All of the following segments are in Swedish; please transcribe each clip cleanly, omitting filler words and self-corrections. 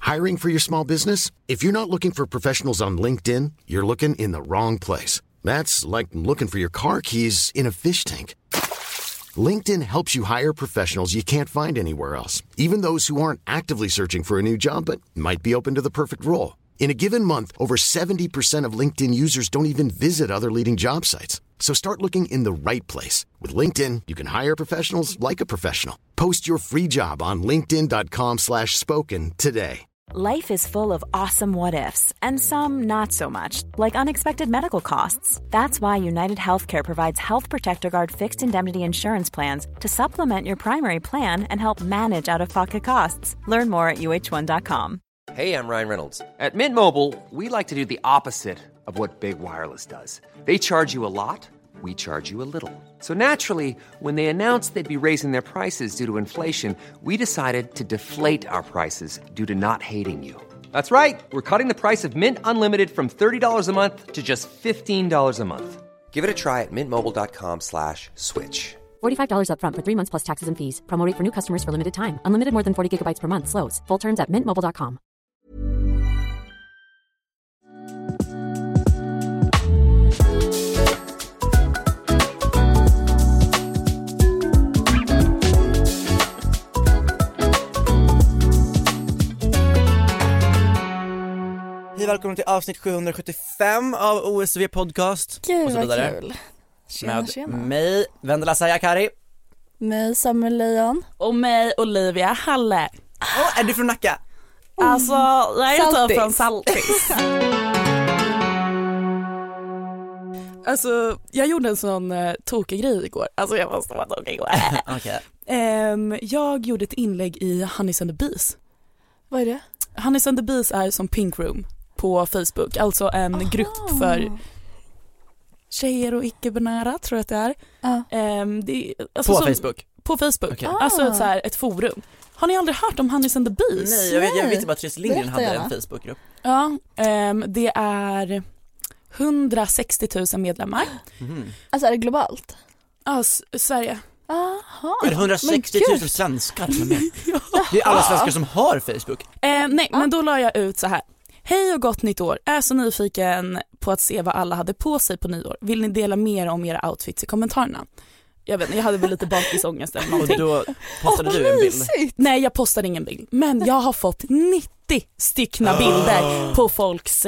Hiring for your small business? If you're not looking for professionals on LinkedIn, you're looking in the wrong place. That's like looking for your car keys in a fish tank. LinkedIn helps you hire professionals you can't find anywhere else, even those who aren't actively searching for a new job but might be open to the perfect role. In a given month, over 70% of LinkedIn users don't even visit other leading job sites. So start looking in the right place. With LinkedIn, you can hire professionals like a professional. Post your free job on linkedin.com/spoken today. Life is full of awesome what-ifs, and some not so much, like unexpected medical costs. That's why United Healthcare provides Health Protector Guard fixed indemnity insurance plans to supplement your primary plan and help manage out-of-pocket costs. Learn more at uh1.com. Hey, I'm Ryan Reynolds. At Mint Mobile, we like to do the opposite of what Big Wireless does. They charge you a lot, we charge you a little. So naturally, when they announced they'd be raising their prices due to inflation, we decided to deflate our prices due to not hating you. That's right. We're cutting the price of Mint Unlimited from $30 a month to just $15 a month. Give it a try at mintmobile.com/switch. $45 up front for 3 months plus taxes and fees. Promo rate for new customers for limited time. Unlimited more than 40 gigabytes per month. Slows full terms at mintmobile.com. Hej, välkommen till avsnitt 775 av OSV Podcast. Gud, och så vad vidare. kul. Tjena, med mig, Vendela Sayakari. Mig, Samuel Lejon. Och mig, Olivia Halle. Är du från Nacka? Alltså, jag är Saltis. inte från Saltis. Alltså, jag gjorde en sån tokig grej igår. Alltså, jag måste vara tokig igår. Okay. Jag gjorde ett inlägg i Honey's and the Bees. Vad är det? Honey's and the Bees är som Pink Room på Facebook. Alltså en grupp för tjejer och icke-binära, tror jag att det är. Det är alltså på som, Facebook? På Facebook, okay. Alltså så här, ett forum. Har ni aldrig hört om Honey's and the Bees? Nej, jag vet bara att Therese Lindgren hade en Facebookgrupp. Ja, det är 160 000 medlemmar. Alltså är det globalt? Ja, Sverige. Aha. Är det 160 000 svenskar som är med? Det är alla svenskar som har Facebook. Nej, men då la jag ut så här. Hej och gott nytt år. Är så nyfiken på att se vad alla hade på sig på nyår. Vill ni dela mer om era outfits i kommentarerna? Jag vet inte, jag hade väl lite bakisångest eller någonting. Och då postade du en bild? Nej, jag postade ingen bild. Men jag har fått 90 styckna bilder på folks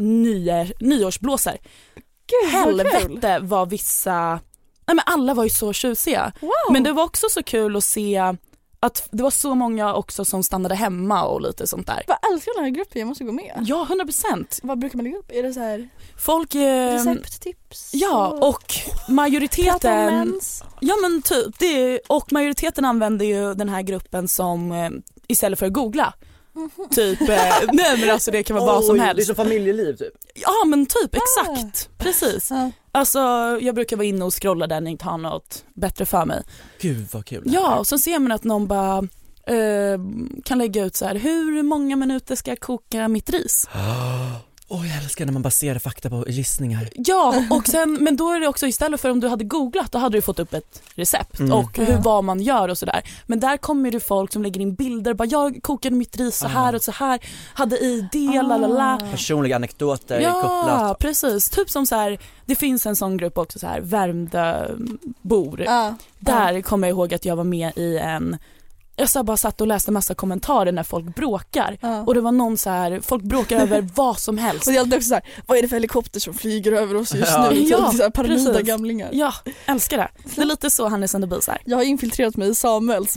nyårsblåsar. Gud, helvete vad vissa... Nej, men alla var ju så tjusiga. Wow. Men det var också så kul att se att det var så många också som stannade hemma och lite sånt där. Vad älskar den här gruppen, jag måste gå med. Ja, 100%. Vad brukar man lägga upp? Är det så här folk recepttips? Ja, och majoriteten ja men typ och majoriteten använder ju den här gruppen som istället för att googla. Typ nej men alltså det kan vara vad som helst. Det är som familjeliv typ. Ja men typ exakt. Precis. Alltså jag brukar vara inne och scrolla där när jag inte har något bättre för mig. Gud vad kul. Ja, och så ser man att någon bara kan lägga ut så här: hur många minuter ska jag koka mitt ris? Jag älskar när man baserar fakta på gissningar. Ja, och sen, men då är det också istället för om du hade googlat, då hade du fått upp ett recept och vad man gör och sådär. Men där kommer det folk som lägger in bilder, bara jag kokade mitt ris så här och så här, hade i det, lalala. Personliga anekdoter kopplat. Ja, precis. Typ som så här, det finns en sån grupp också så här, Värmdö bor. Där kommer jag ihåg att jag var med i en... Jag så bara satt och läste massa kommentarer när folk bråkar. Och det var någon så här, folk bråkar över vad som helst. Och det är också så här, vad är det för helikopter som flyger över oss just nu? Ja, så här paranoida gamlingar. Ja, älskar det. Det är lite så Honey's and the Bees här. Jag har infiltrerat mig i Samuels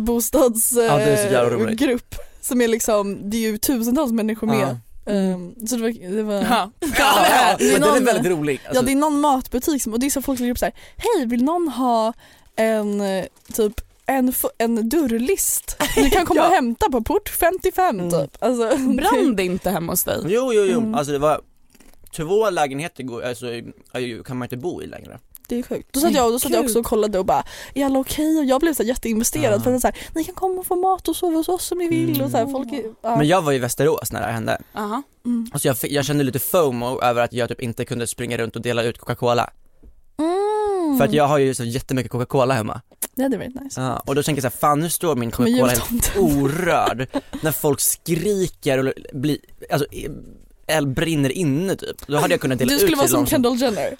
bostadsgrupp som är liksom, det är ju tusentals människor med. Så det var men den är väldigt rolig. Alltså. Ja, det är någon matbutik som, och det är så folk lägger upp så här: hej, vill någon ha en typ en dörrlist du kan komma och hämta på port 55 typ. Alltså, brann det inte hemma hos dig? Jo. Alltså det var 2 lägenheter alltså, kan man inte bo i längre. Det är sjukt. Då satt jag också och kollade och bara, är alla okej? Och jag blev så jätteinvesterad för att så här, ni kan komma och få mat och sova hos oss om ni vill och så här, folk Men jag var i Västerås när det här hände. Alltså jag kände lite FOMO över att jag typ inte kunde springa runt och dela ut Coca-Cola. För att jag har ju så jättemycket Coca-Cola hemma. Det hade varit nice. Ja, och då tänker jag så här, fan nu står min Coca-Cola helt orörd när folk skriker och alltså eld brinner inne typ. Då hade jag kunnat dela ut. Du skulle vara som Kendall Jenner.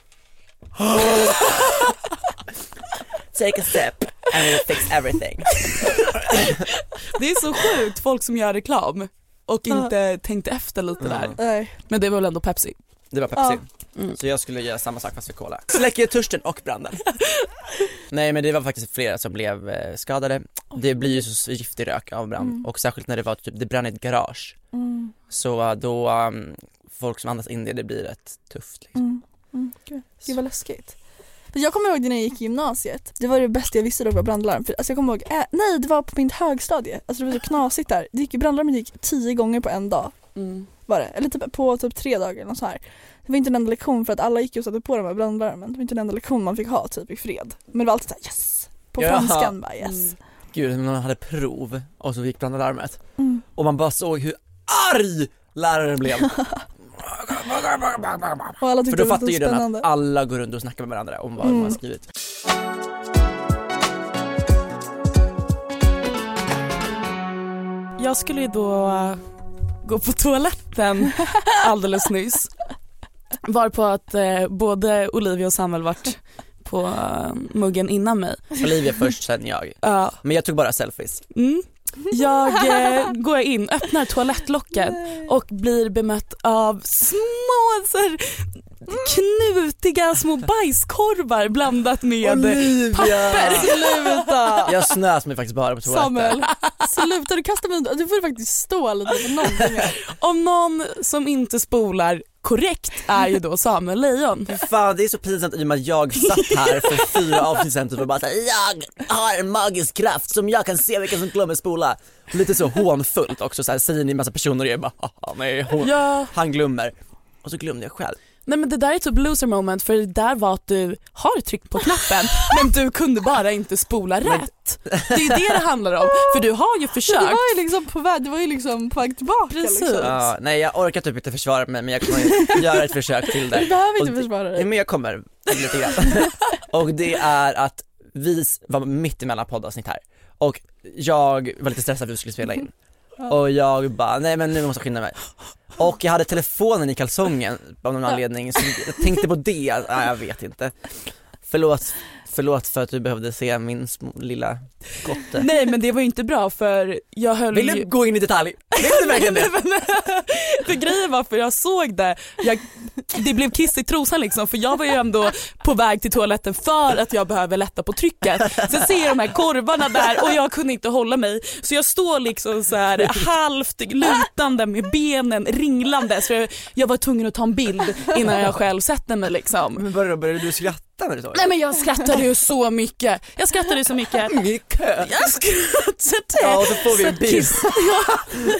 Take a step and it'll fix everything. Det är så sjukt, folk som gör reklam och inte tänkte efter lite där. Men det var väl ändå Pepsi. Det var Pepsi. Så jag skulle göra samma sak fast för cola. Släcker törsten och branden. Nej, men det var faktiskt flera som blev skadade. Det blir ju så giftig rök av brand. Och särskilt när det var typ, det brann i ett garage. Så då folk som andas in det blir rätt tufft liksom. Det var läskigt. Jag kommer ihåg det när jag gick i gymnasiet. Det var det bästa jag visste då var brandlarm. Alltså jag kommer ihåg, nej det var på min högstadie. Alltså det var så knasigt där. Det gick brandlarmet gick 10 gånger på en dag. Var det? Eller typ på typ 3 dagar eller så här. Det var inte en enda lektion för att alla gick och satte på de här brandlarmen. Det var inte en enda lektion man fick ha typ i fred. Men det var alltid så här, yes. På franskan bara yes. Gud, man hade prov och så gick brandlarmet. Och man bara såg hur arg läraren blev. Och alla för då fattar ju den att alla går runt och snackar med varandra om vad de har skrivit. Jag skulle ju då gå på toaletten alldeles nyss. Var på att både Olivia och Samuel varit på muggen innan mig. Olivia först, sen jag. Men jag tog bara selfies. Jag går in, öppnar toalettlocket och blir bemött av små knutiga små bajskorvar blandat med Olivia. papper. Sluta! Jag snös mig faktiskt bara på toaletten. Samuel, sluta, du kastar mig under. Du får faktiskt stå lite på någonting här. Om någon som inte spolar korrekt är ju då Samuel Lejon. Fan, det är så pinsamt i och med att jag satt här för 4 avsnitt sedan och bara såhär, jag har en magisk kraft som jag kan se vilka som glömmer spola. Lite så hånfullt också, så här, säger ni en massa personer och jag bara, nej, han glömmer. Och så glömde jag själv. Nej, men det där är typ loser moment, för det där var att du har tryckt på knappen men du kunde bara inte spola rätt. Det är ju det handlar om, för du har ju försökt. Det var ju liksom på väg, på väg tillbaka. Precis. Liksom. Ja, nej, jag orkar typ inte försvara mig, men jag kommer göra ett försök till det. Du behöver inte försvara dig. Men jag kommer lite grann. Och det är att vi var mitt emellan poddavsnitt här. Och jag var lite stressad för att vi skulle spela in. Och jag bara, nej men nu måste jag skynda mig. Och jag hade telefonen i kalsongen av någon anledning, så jag tänkte på det. Nej, jag vet inte. Förlåt för att du behövde se min lilla kotte. Nej, men det var ju inte bra, för jag höll. Vill du gå in i detalj? Vill du verkligen det? För grejen var, för jag såg det, det blev kiss i trosan liksom, för jag var ju ändå på väg till toaletten för att jag behöver lätta på trycket. Sen ser jag de här korvarna där och jag kunde inte hålla mig, så jag står liksom så här halvt lutande med benen ringlande, så jag var tvungen att ta en bild innan jag själv sätter mig liksom. Men började du skratta när du sa det? Nej, men jag skrattade ju så mycket. Jag skrattade så mycket. Jag skrattade. Ja, och så får vi en bild. Ja.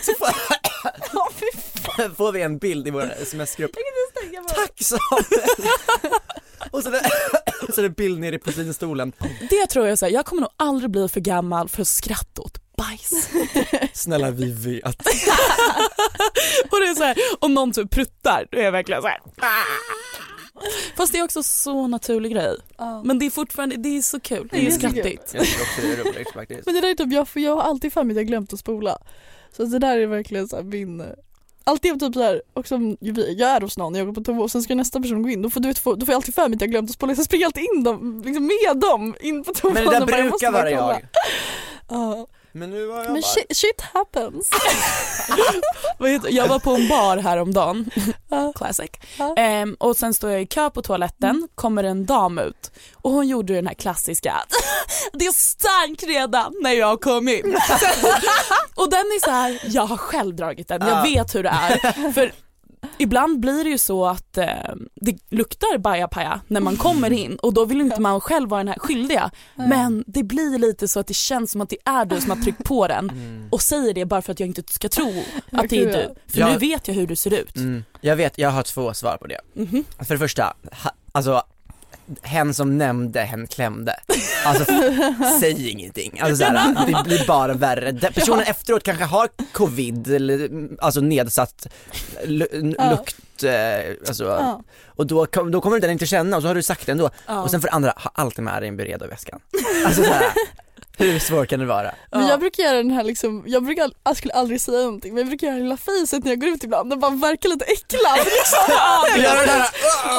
Får vi en bild i vår sms-grupp. Tack Samuel. Och så är det bild nere i porslinsstolen. Det tror jag så här, jag kommer nog aldrig bli för gammal för att skratta åt bajs. Snälla, vi vet. Och det är så här, om någon typ pruttar, då är jag verkligen så här. Fast det är också så naturlig grej. Men det är fortfarande, det är så kul. Det är skrattigt. Jag tycker också det är roligt faktiskt. Men det där är typ, jag har alltid för mig att jag glömt att spola. Så det där är verkligen så här min. Alltid typ så här, också jag är hos någon, jag går på toa och sen ska nästa person gå in. Då får jag alltid för mig att jag glömt att spola. Så jag springer alltid in dem, liksom med dem in på toa. Men det där brukar vara jag. Men nu var jag men shit happens. Jag var på en bar häromdagen. Classic. Och sen står jag i kö på toaletten, kommer en dam ut och hon gjorde den här klassiska det stank redan när jag kom in. Och den är så här, jag har själv dragit den. Jag vet hur det är. För ibland blir det ju så att det luktar bajapaja när man kommer in, och då vill inte man själv vara den här skyldiga. Men det blir lite så att det känns som att det är du som har tryckt på den och säger det bara för att jag inte ska tro att det är du. För nu vet jag hur du ser ut. Jag vet, jag har 2 svar på det. För det första, alltså hen som nämnde, hen klämde. Alltså säg ingenting. Alltså såhär, det blir bara värre. Personen efteråt kanske har covid eller alltså nedsatt lukt. Alltså, och då kommer du den inte känna och så har du sagt det ändå. Och sen för andra, ha alltid med dig en beredda väskan. Alltså såhär, hur svårt kan det vara? Men jag brukar göra den här liksom, jag skulle aldrig säga någonting, men jag brukar göra lilla fejset när jag går ut ibland och bara verkar lite äcklad liksom. Gör det där.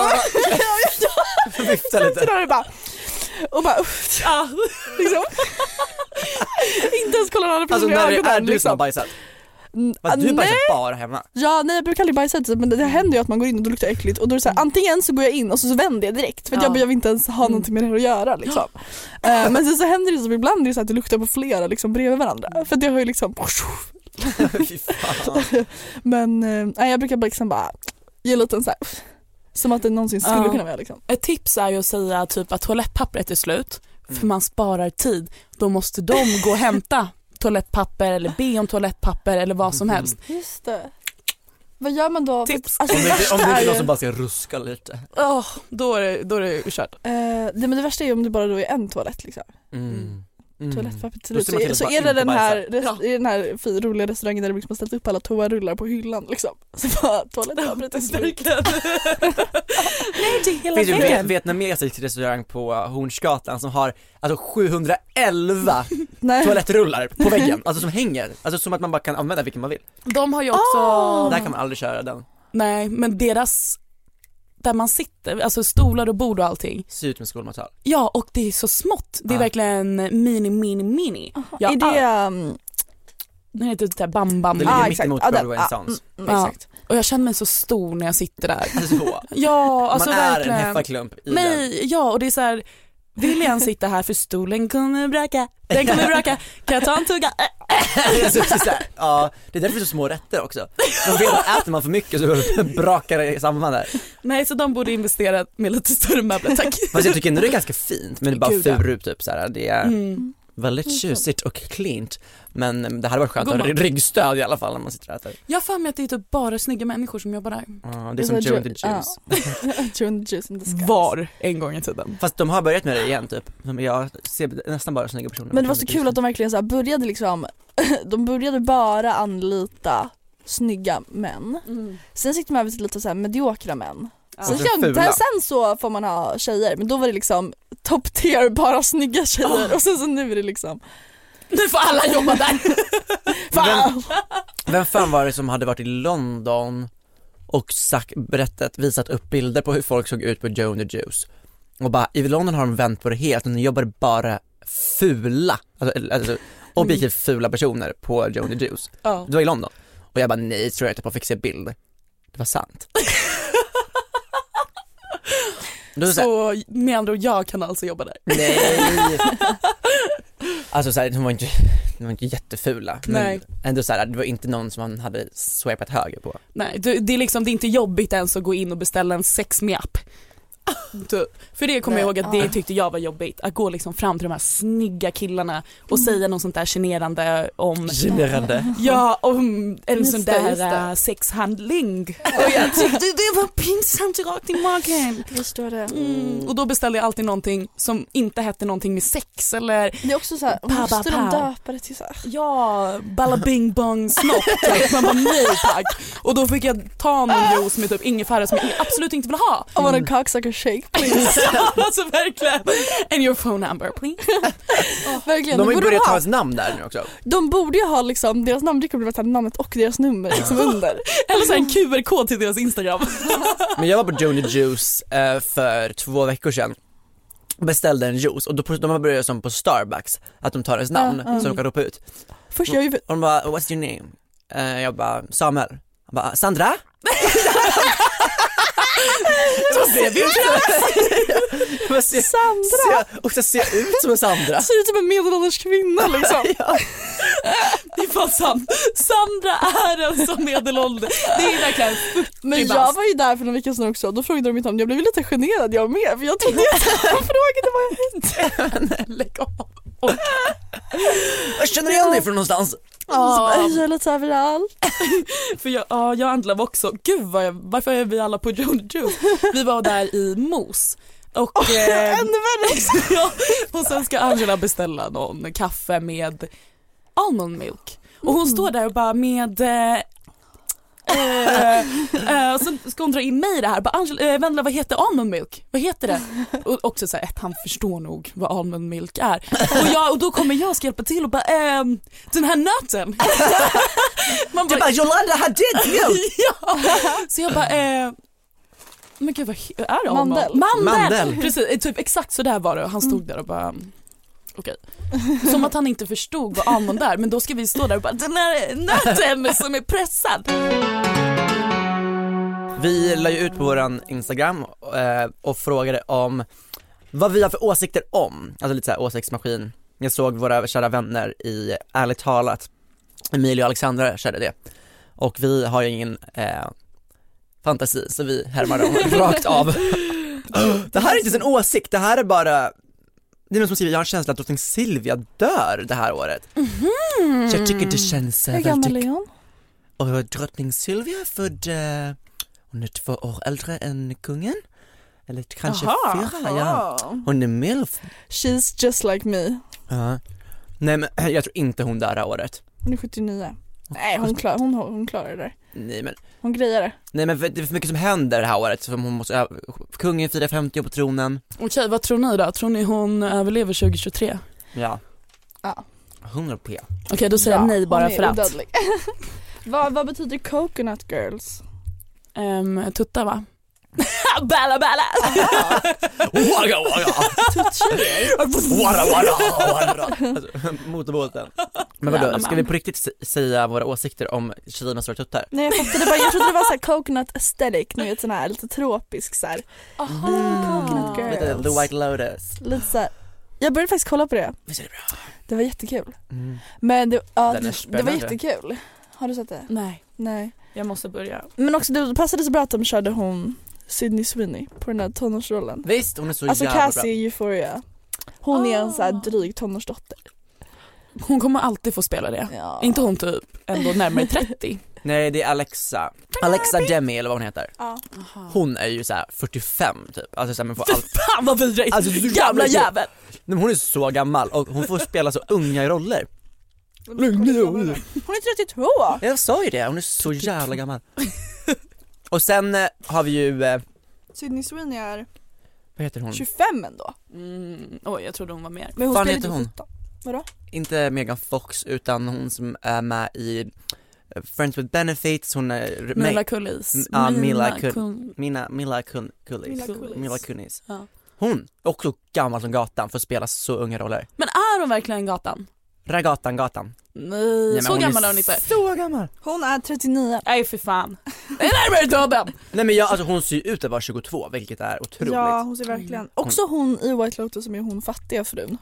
Vifta lite. Och bara liksom. Inte ens kolla andra personer i ögonen. Alltså när är du liksom. som har bajsat? Du bajsar bara hemma? Ja, nej jag brukar aldrig bajsa ute, men det händer ju att man går in och då luktar äckligt och då är det så här, antingen så går jag in och så vänder jag direkt för att jag vill inte ens ha någonting med det här att göra liksom. Men sen så händer det som ibland är det så att det luktar på flera liksom bredvid varandra för att jag har ju liksom men jag brukar liksom bara ge lite en så här, som att det någonsin skulle kunna vara liksom. Ett tips är ju att säga typ att toalettpappret är slut för man sparar tid. Då måste de gå och hämta toalettpapper eller be om toalettpapper eller vad som helst. Just det. Vad gör man då? Tips. Alltså, om det är någon som bara ska ruska lite. Då är det kört. Men det värsta är ju om det bara då är en toalett liksom. Toalettpappret ser ut. Så är det den här roliga restaurangen där de liksom har ställt upp alla toarullar på hyllan liksom. Så bara toalettpappret är slut. Nej, det är hela finns ju en vietnamesisk restaurang på Hornsgatan som har alltså 711 toalettrullar på väggen, alltså som hänger, alltså som att man bara kan använda vilken man vill. De har ju också där kan man aldrig köra den. Nej, men deras där man sitter, alltså stolar och bord och allting ser ut med skolmaterial. Ja, och det är så smått. Det är verkligen mini. Är det den heter typ Bam Bam. Det ligger mitt emot Broadway and Sons. Exakt. Och jag känner mig så stor när jag sitter där. Alltså, ja, alltså man är verkligen. en heffaklump i den. Ja, och det är så här, vill jag sitta här för stolen kommer braka. Den kommer braka. Kan jag ta en tugga? Ja, det är därför det är så små rätter också. De vet att äter man för mycket så brakar det samman där. Nej, så de borde investera med lite större möbler, tack. Fast jag tycker ändå det är ganska fint, men det är bara furu typ så här. Det är väldigt tjusigt och cleant. Men det hade varit skönt att ha ryggstöd i alla fall när man sitter där. Jag får med att det är typ bara snygga människor som jobbar där. Det är som Joe and the Juice. Joe and the Juice in the Skies. Var en gång i tiden. Fast de har börjat med det igen typ. Jag ser nästan bara snygga personer. Men det var så kul att de verkligen så här började liksom, de började bara anlita snygga män. Sen gick de över till lite så här mediokra män. Sen så får man ha tjejer, men då var det liksom top tier, bara snygga tjejer. Och sen så nu är det liksom, nu får alla jobba där. Vem fan var det som hade varit i London och visat upp bilder på hur folk såg ut på Joe and the Juice? Och bara, i London har de vänt på det helt och nu jobbar bara fula, alltså objektivt fula personer på Joe and the Juice. Det var i London. Och jag bara, nej, tror jag inte på att fick se bild. Det var sant. Så med andra ord, jag kan alltså jobba där. Nej. Alltså så här, de var inte jättefula. Nej. Men ändå så här, det var inte någon som man hade swipat höger på. Nej, det är liksom, det är inte jobbigt ens att gå in och beställa en sex me up. För det kommer jag ihåg att det tyckte jag var jobbigt. Att gå liksom fram till de här snygga killarna och säga något sånt där generande om... Generande? Ja, om en sån där sexhandling. Och jag tyckte det var pinsamt rakt i magen. Förstår det. Och då beställde jag alltid någonting som inte hette någonting med sex eller... Det är också så här, måste de döpa det till så här? Ja, balla bing bong snopp. Man bara, nej tack. Och då fick jag ta någon juice med typ ingefära som jag absolut inte vill ha. I want a cocksucker shake, please. Alltså verkligen. And your phone number, please. Verkligen. De har ju börjat ta ett namn där nu också. De borde ju ha liksom, deras namn brukar bli namnet och deras nummer liksom under. Eller så en QR-kod till deras Instagram. Men jag var på Joe and the Juice för 2 veckor sedan. Beställde en juice och de har börjat som på Starbucks att de tar ens namn så de kan ropa ut. Först jag ju... Och de bara, what's your name? Jag bara, Samuel. Han bara, Sandra? Sandra! Och så ser ut som en Sandra. Ser ut som en medelålders kvinna liksom. Ja. Det är fan sant. Sandra är en som medelålder. Det är verkligen 40. Men jag var ju där för några veckor sedan också. Då frågade de mitt namn. Jag blev lite generad, jag med. För jag trodde att de frågade vad jag hette. Lägg av. Jag känner igen dig från någonstans. Jag är lite överallt. För jag och Andla var också, gud varför är vi alla på Joe and the Juice? Vi var där i Mos Och, ännu värre. Ja, och sen ska Angela beställa någon kaffe med almond milk. Och hon står där och bara med... så ska hon dra in mig i det här. Bara, Angela, Vendela, vad heter almond milk? Vad heter det? Och också så här, han förstår nog vad almond milk är. Och då kommer jag ska hjälpa till och bara, den här nöten. Man bara, Jolanda Hadid milk. Ja. Så jag bara, men gud, vad är det? Mandel. Precis, typ exakt så där var det. Och han stod där och bara, okej. Som att han inte förstod vad almond är. Men då ska vi stå där och bara, den här nöten som är pressad. Vi la ju ut på våran Instagram och frågade om vad vi har för åsikter om. Alltså lite så här åsiktsmaskin. Jag såg våra kära vänner i Ärligt talat, Emilia och Alexandra körde det. Och vi har ju ingen fantasi, så vi härmar dem rakt av. Det här är inte en åsikt, det här är bara... Det är någon som skriver, jag har en känsla att drottning Silvia dör det här året. Så jag tycker det känns... Hur gammal är hon? Och drottning Silvia är född... hon är 2 år äldre än kungen. Eller kanske 4, ja. Hon är milf. She's just like me. Nej, men jag tror inte hon dör det här året. Hon är 79. Nej, hon klarar det där. Nej, men... Hon grejer det. Nej, men det är för mycket som händer det här året. Så hon måste, kungen firar 50 år på tronen. Okej, vad tror ni då? Tror ni hon överlever 2023? Ja. 100p. Okej, då säger jag nej bara för att. Vad betyder coconut girls? Tutta, va? Balla balla. Wagga wagga. Motorbåten. Men vadå, ska vi på riktigt säga våra åsikter om Kinas stora tuttar? Nej, jag trodde det var så här coconut aesthetic, nu vet sån här lite tropisk så här. Coconut girls. The White Lotus. Lite så här. Jag började faktiskt kolla på det. Visst är det bra? Det var jättekul. Men det var jättekul. Har du sett det? Nej. Jag måste börja. Men också det passade så bra att de körde hon Sydney Sweeney på den här tonårsrollen. Visst, hon är så alltså jävla Cassie bra. I Euphoria. Hon är en så här dryg tonårsdotter. Hon kommer alltid få spela det. Ja. Inte hon typ ändå närmare 30. Nej, det är Alexa Demi eller vad hon heter. Hon är ju så här 45 typ. Alltså så här, men får allt. Fan vad vidrigt. Alltså, gamla jävel. Men hon är så gammal och hon får spela så unga roller. Hon är 32. Jag sa ju det, hon är så jävla gammal. Och sen har vi ju Sydney Sweeney är... Vad heter hon? 25 ändå. Oj, jag trodde hon var mer. Men hon Vad heter hon? Vadå? Inte Megan Fox, utan hon som är med i Friends with Benefits. Hon är Mila Kunis. Mila Kunis. Ja. Hon är också gammal som gatan för att spela så unga roller. Men är hon verkligen gatan? Gatan. Nej, så gammal är hon inte. Så gammal. Hon är 39. Nej, för fan. Det är närmare döden. Nej, men alltså hon ser ut att vara 22, vilket är otroligt. Ja, hon ser verkligen. Också hon i White Lotus som är hon fattiga frun.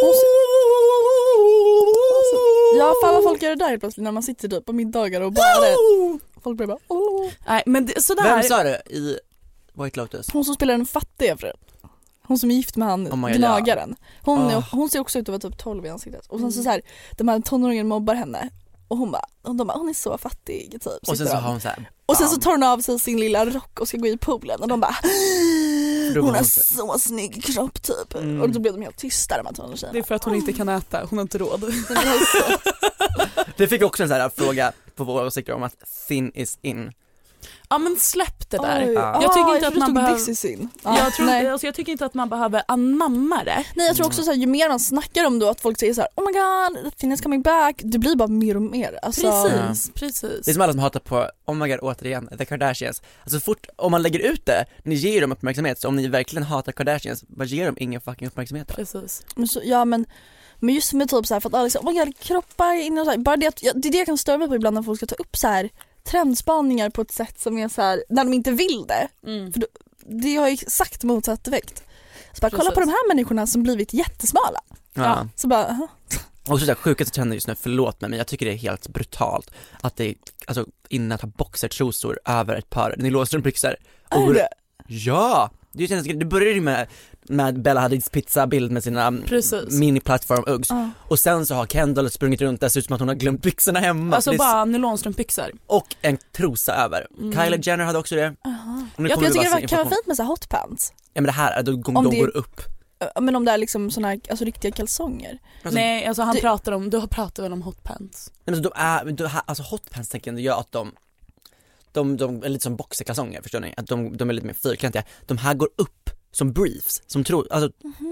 Ja, fan vad folk gör det där plötsligt när man sitter typ på middagar och bara folk börjar bara Nej, men det, sådär. Vem sa det i White Lotus? Hon som spelar den fattiga frun. Hon som är gift med han gnagaren. Hon ser också ut att vara typ 12 i ansiktet. Och sen så här, de här tonåringen mobbar henne. Och de bara, hon är så fattig typ. Och sen så har hon så här, och sen så tar hon av sig sin lilla rock och ska gå i poolen. Och de bara, hon har så snygg kropp typ. Och då blev de helt tysta de här tonårstjejerna. Det är för att hon inte kan äta, hon har inte råd. Det fick också en sån här fråga på våra åsikter om att thin is in. Ja, men släpp det där. Jag tycker inte att man behöver jag tycker inte att man behöver anamma det. Nej, jag tror också så här, ju mer man snackar om då att folk säger så här, oh my god, Thin is coming back, det blir bara mer och mer. Alltså, precis. Det är som alla som hatar på, oh my god, återigen, The Kardashians. Alltså fort, om man lägger ut det, ni ger dem uppmärksamhet. Så om ni verkligen hatar Kardashians, vad ger dem ingen fucking uppmärksamhet då? Precis. Men så, men just med typ så här, för att alla säger, oh my god, kroppar in och så här, bara det att, det är det jag kan störa mig på ibland när folk ska ta upp så här trendspaningar på ett sätt som är så här, när de inte vill det. För det har ju exakt motsatt effekt. Så bara kolla på de här människorna som blivit jättesmala. Ja. Så bara Och så där sjukaste trenden just nu, förlåt mig, men jag tycker det är helt brutalt att det alltså innan att ha boxertrosor över ett par nylonstrumpbyxor. Ja, det började ju med Bella Hadids pizzabild med sina mini-plattform-uggs. Och sen så har Kendall sprungit runt där, ser ut som att hon har glömt byxorna hemma. Alltså bara nylonstrumpbyxor. Och en trosa över. Kylie Jenner hade också det. Jag tycker det kan vara fint med så här hot pants. Ja men det här, de går upp. Men om det är liksom såna här, alltså riktiga kalsonger. Alltså, nej, alltså han pratar om, du pratar väl om hotpants? Nej, men alltså hotpants tänker jag gör att de är lite som boxerkalsonger, förstår ni? Att de är lite mer fyrkantiga. De här går upp som briefs, som alltså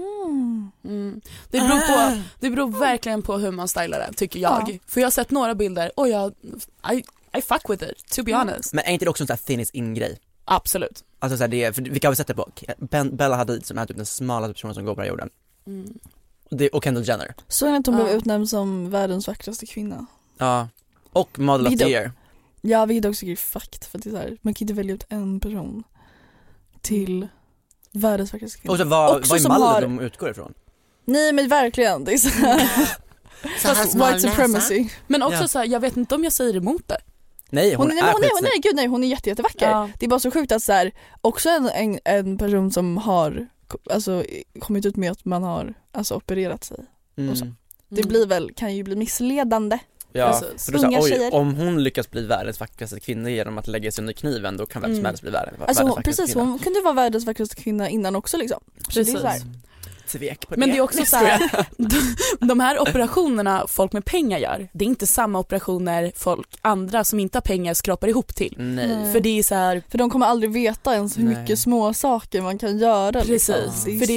Det beror verkligen på hur man stylar det, tycker jag. Ja. För jag har sett några bilder och I fuck with it, to be honest. Men är inte det också en sån här thin is in-grej? Absolut. Alltså så här, det är, för vilka har vi sett det på? Bella Hadid som är typ den smalaste personen som går på jorden. Och Kendall Jenner. Så är det att hon blev utnämnd som världens vackraste kvinna. Ja, och Model of the Year. Ja, vilket också är fakt, för det är så här, man kan inte välja ut en person till världens vackraste kvinna. Och så vad är mallen de utgår ifrån? Nej men verkligen, det är så här white supremacy. Men också så här, jag vet inte om jag säger emot det. Nej, hon är jättevacker. Ja. Det är bara så sjukt att så här, också en person som har alltså kommit ut med att man har alltså opererat sig och så. Det kan ju bli missledande. Ja, för då så, om hon lyckas bli världens vackraste kvinna genom att lägga sig under kniven, då kan vem som helst bli världens vackraste kvinna. Hon kunde vara världens vackraste kvinna innan också liksom. Precis. Så det är men det är också så här, de här operationerna folk med pengar gör, det är inte samma operationer folk andra som inte har pengar skrapar ihop till. Nej. För det är så här, för de kommer aldrig veta ens hur mycket små saker man kan göra. Precis. Liksom. För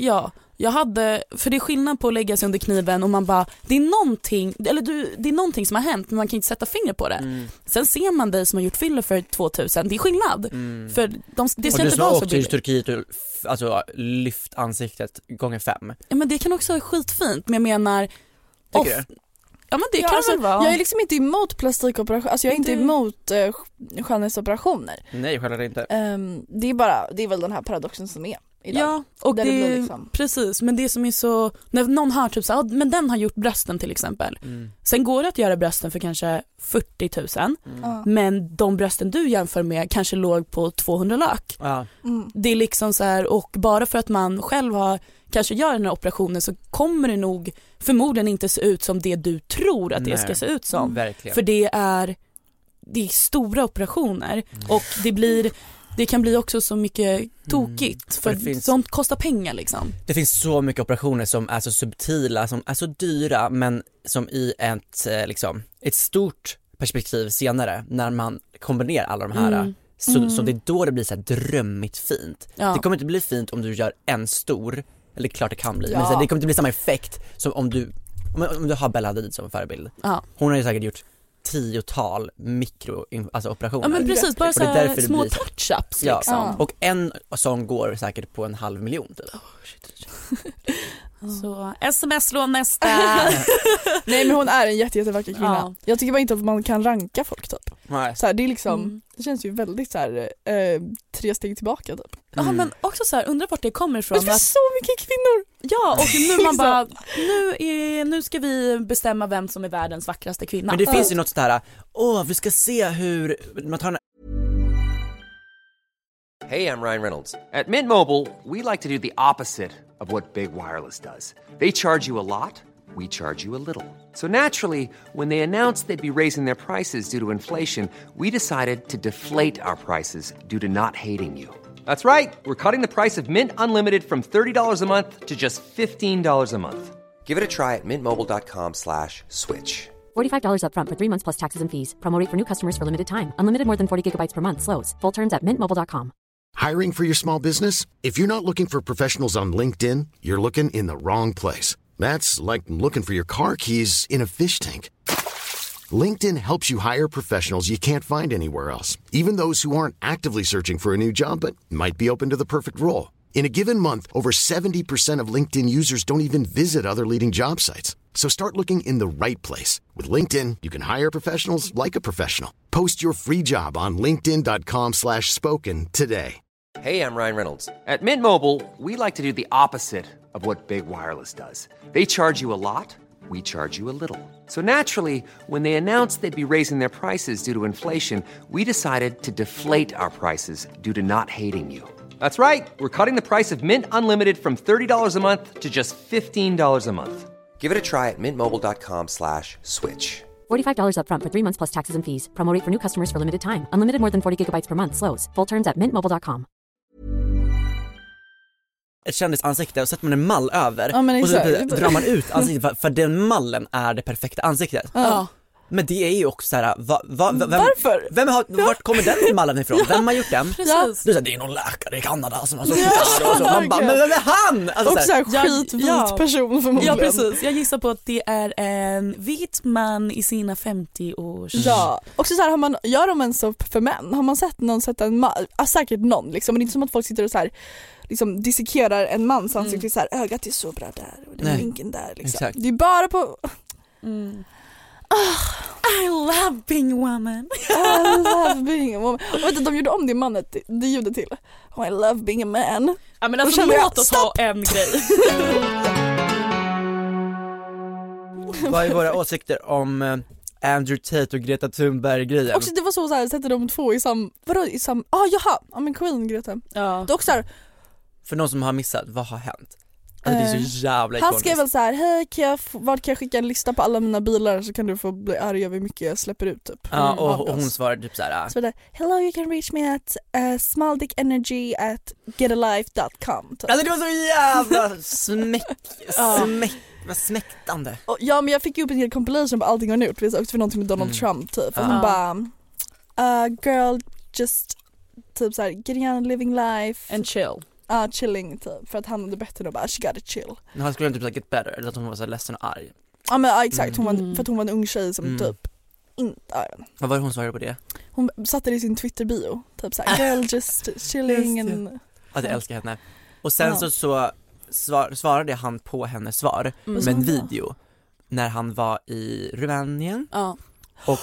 det är skillnad på att lägga sig under kniven och man bara, det är någonting som har hänt men man kan inte sätta finger på det. Sen ser man dig som har gjort filler för 2000, det är skillnad. För det ska inte vara så billigt. Och du Turkiet alltså lyft ansiktet gånger 5. Ja men det kan också vara skitfint, men jag menar tycker du? Ja men det kan väl vara. Jag är liksom inte emot plastikoperationer, alltså jag är inte emot skönhetsoperationer. Nej, självklart inte. Det är väl den här paradoxen som är idag. Ja, och det blir liksom... precis, men det som är så, när någon har typ så, men den har gjort brösten till exempel. Sen går det att göra brösten för kanske 40 000, men de brösten du jämför med kanske låg på 200 lök. Det är liksom så här, och bara för att man själv har kanske gör den här operationen så kommer det nog förmodligen inte se ut som det du tror att det ska se ut som. För det är stora operationer och det kan bli också så mycket tokigt för sånt kostar pengar liksom. Det finns så mycket operationer som är så subtila, som är så dyra, men som i ett stort perspektiv senare när man kombinerar alla de här så det är då det blir så här drömmigt fint. Det kommer inte bli fint om du gör en stor, eller klart det kan bli, men det kommer inte bli samma effekt som om du har Bella Hadid som förebild. Hon har ju säkert gjort 10-tal operationer. Ja men precis, bara så här små touch-ups liksom. Och en sån går säkert på 500 000 typ. Så sms-lån nästa. Nej men hon är en jättevacker kvinna. Jag tycker bara inte att man kan ranka folk typ. Så här, det är liksom det känns ju väldigt så här 3 steg tillbaka typ. Ja men också så här, undrar vart det kommer ifrån. Men det är så mycket kvinnor. Ja, och nu man bara nu ska vi bestämma vem som är världens vackraste kvinna. Men det finns ju något sådär, vi ska se hur man tar Hey, I'm Ryan Reynolds. At Mint Mobile, we like to do the opposite of what Big Wireless does. They charge you a lot, we charge you a little. So naturally, when they announced they'd be raising their prices due to inflation, we decided to deflate our prices due to not hating you. That's right. We're cutting the price of Mint Unlimited from $30 a month to just $15 a month. Give it a try at mintmobile.com/switch. $45 up front for 3 months plus taxes and fees. Promo rate for new customers for limited time. Unlimited more than 40 gigabytes per month. Slows full terms at mintmobile.com. Hiring for your small business? If you're not looking for professionals on LinkedIn, you're looking in the wrong place. That's like looking for your car keys in a fish tank. LinkedIn helps you hire professionals you can't find anywhere else, even those who aren't actively searching for a new job but might be open to the perfect role. In a given month, over 70% of LinkedIn users don't even visit other leading job sites. So start looking in the right place. With LinkedIn, you can hire professionals like a professional. Post your free job on linkedin.com/spoken today. Hey, I'm Ryan Reynolds. At Mint Mobile, we like to do the opposite of what Big Wireless does. They charge you a lot, we charge you a little. So naturally, when they announced they'd be raising their prices due to inflation, we decided to deflate our prices due to not hating you. That's right. We're cutting the price of Mint Unlimited from $30 a month to just $15 a month. Give it a try at mintmobile.com/switch. $45 up front for 3 months plus taxes and fees. Promo rate for new customers for limited time. Unlimited more than 40 gigabytes per month. Slows full terms at mintmobile.com. ett kändisansikte och sätter man en mall över men och så drar man ut ansiktet för den mallen är det perfekta ansiktet. Ja. Men det är ju också så här, varför? Vart kommer den mallen ifrån? Vem har gjort den? Precis. Du säger det är någon läkare i Kanada som har suttit där och så. Man bara, men vem är han? Alltså, och så här skitvit person förmodligen. Ja precis, jag gissar på att det är en vit man i sina 50-års. Ja, också så här, gör de en så för män? Har man sett någon sätta en man? Säkert någon liksom, men det är inte som att folk sitter och så här liksom dissekerar en mans ansikte så här, ögat är så bra där och den vinkeln där liksom. Exakt. Det är bara på I love being a woman. I love being a woman. Och vet du, de gjorde om det ljudet till I love being a man. Ja men alltså låt oss ha en grej. Vad är våra åsikter om Andrew Tate och Greta Thunberg-grejen? Också det var så här, sätter de två i sam men Queen Greta. Ja. Det också här, för någon som har missat, vad har hänt? Alltså, det är så jävla ikoniskt. han skrev väl så här: hej, vart kan jag skicka en lista på alla mina bilar så kan du få bli arg över hur mycket jag släpper ut typ. Ja, och hon svarade typ såhär. Så det, hello, you can reach me at smalldickenergy@getalife.com typ. Alltså det var så jävla smäktande. Ja, men jag fick ju upp en hel compilation på allting hon har gjort. Vi också för någonting med Donald Trump typ. Och hon bara girl, just typ såhär getting out and living life and chill. Chilling typ, för att han hade bättre och bara she gotta chill. Men han skulle typ såhär get better, eller att hon var så ledsen och arg. Ja men exakt, hon var, för att hon var en ung tjej som typ inte, vad var det hon svarade på det? Hon satte det i sin Twitter-bio typ såhär, girl just chilling and... Ja, jag älskar henne. Och sen så svarade han på hennes svar med en video när han var i Rumänien. Och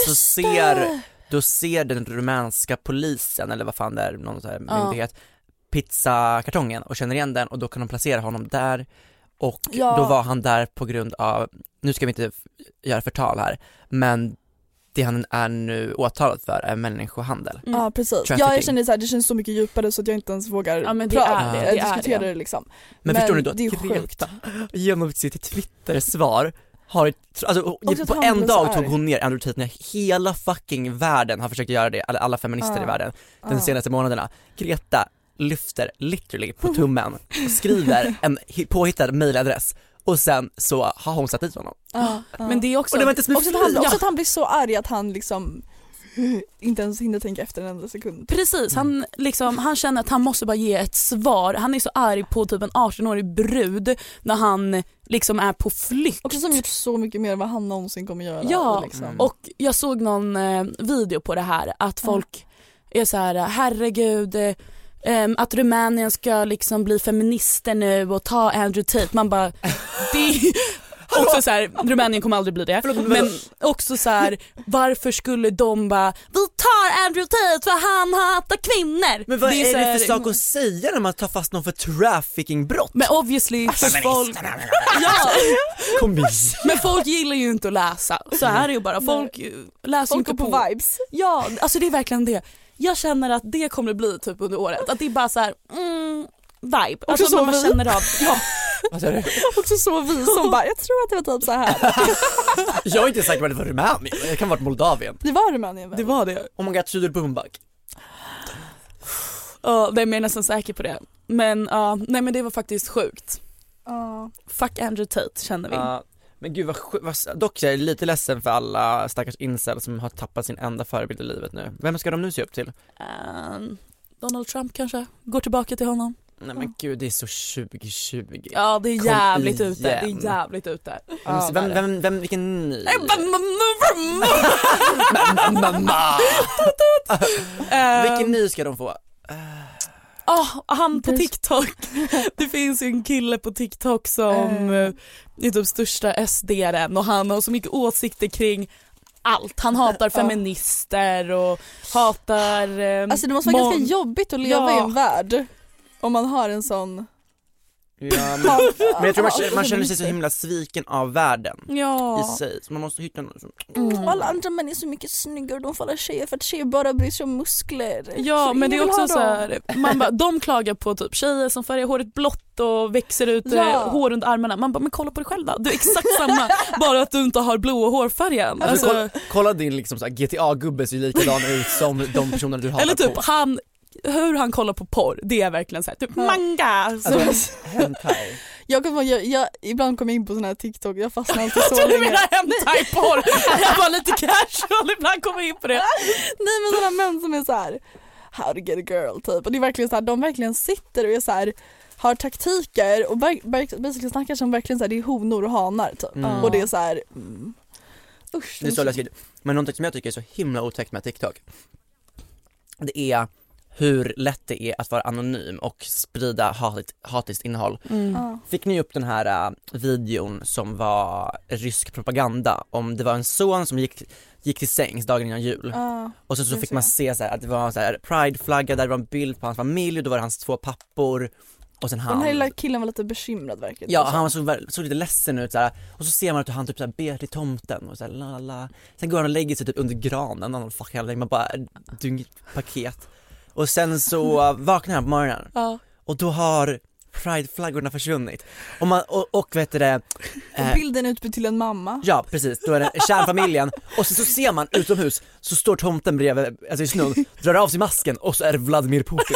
då ser den rumänska polisen, eller vad fan det är, någon sån här myndighet, pizzakartongen och känner igen den, och då kan de placera honom där. Och då var han där på grund av, nu ska vi inte göra förtal här, men det han är nu åtalad för är människohandel. Ja, precis. Ja, jag känner så här, det känns så mycket djupare så att jag inte ens vågar diskutera det liksom. Men förstår ni då, det är Greta genom sitt Twitter-svar har, alltså, på en dag tog hon ner Andrew Tate när hela fucking världen har försökt göra det, alla feminister i världen de senaste månaderna. Greta lyfter literally på tummen och skriver en påhittad mailadress, och sen så har hon satt dit honom. Men det är också, det också att han blir så arg att han liksom inte ens hinner tänka efter en enda sekund. Precis, han känner att han måste bara ge ett svar. Han är så arg på typ en 18-årig brud när han liksom är på flykt. Och som gjort så mycket mer än vad han någonsin kommer göra. Ja, liksom. Och jag såg någon video på det här, att folk är så här: herregud, att Rumänien ska liksom bli feminister nu och ta Andrew Tate. Man bara, det också så här, Rumänien kommer aldrig bli det. Men också så här, varför skulle de bara, vi tar Andrew Tate för han hatar kvinnor. Men vad är det för sak att säga när man tar fast någon för traffickingbrott? Men obviously folk, men folk gillar ju inte att läsa. Så är det ju bara, folk läser inte på vibes. Ja, alltså det är verkligen det. Jag känner att det kommer bli typ under året, att det är bara så här vibe. Alltså så man känner av. Ja. Också så vi som bara, jag tror att det var typ så här. Jag är inte säker på att det var Rumänien. Det kan ha varit Moldavien. Det var Rumänien väl? Det var det. Oh my god, Suderbumbak. Det är jag nästan säker på det. Men nej, men det var faktiskt sjukt. Fuck Andrew Tate, känner vi. Men gud vad dock är jag lite ledsen för alla stackars incels som har tappat sin enda förebild i livet nu. Vem ska de nu se upp till? Donald Trump kanske. Går tillbaka till honom. Nej men gud, det är så 2020. Ja, det är jävligt ute. Det är jävligt ute. Vem vilken ny? Vilken ny ska de få? Han på TikTok. Det finns ju en kille på TikTok som är typ största SD-aren, och han har så mycket åsikter kring allt. Han hatar feminister och hatar alltså det måste vara ganska jobbigt att leva i en värld om man har en sån. Ja, men jag tror man känner sig så himla sviken av världen i sig. Så man måste hitta någon som... Alla andra män är så mycket snyggare, de faller tjejer för att tjejer bara bryr sig om muskler. Ja, så men det är också så här, man bara, de klagar på typ tjejer som färgar håret blått och växer ut hår runt armarna. Man bara, men kolla på dig själv då. Du är exakt samma, bara att du inte har blå hårfärgen. Alltså, kolla din liksom så här GTA-gubbe ser likadan ut som de personer du har. Eller typ på. Han hur han kollar på porr, det är verkligen så här, typ manga. Hentai. Jag ibland kommer in på sån här TikTok, jag fastnar alltid så länge. Du menar hentai-porr? Jag var lite casual, ibland kommer in på det. Nej, men sådana män som är så här, how to get a girl typ. Och det är verkligen så här, de verkligen sitter och är så här, har taktiker och basically snackar som verkligen så här, det är honor och hanar typ. Och det är så här, usch. Det är så läskigt. Men någonting som jag tycker är så himla otäckt med TikTok, det är hur lätt det är att vara anonym och sprida hatiskt innehåll. Fick ni upp den här videon som var rysk propaganda om det var en son som gick till sängs dagen innan jul. Och så fick man se så här, att det var så här Pride-flagga där det var en bild på hans familj och då var det hans 2 pappor. Och sen den här lilla killen var lite bekymrad verkligen. Ja, han såg lite ledsen ut så här. Och så ser man att han typ så här ber till tomten och så här, lala. Sen går han och lägger sig typ under granen och fuck hela man bara paket. Och sen så vaknar han på morgonen. Och då har Pride-flaggorna försvunnit. Och vet du det, bilden utbytt till en mamma. Ja, precis. Då är det kärnfamiljen. Och så ser man utomhus, så står tomten bredvid, alltså i snön, drar av sig masken och så är det Vladimir Putin.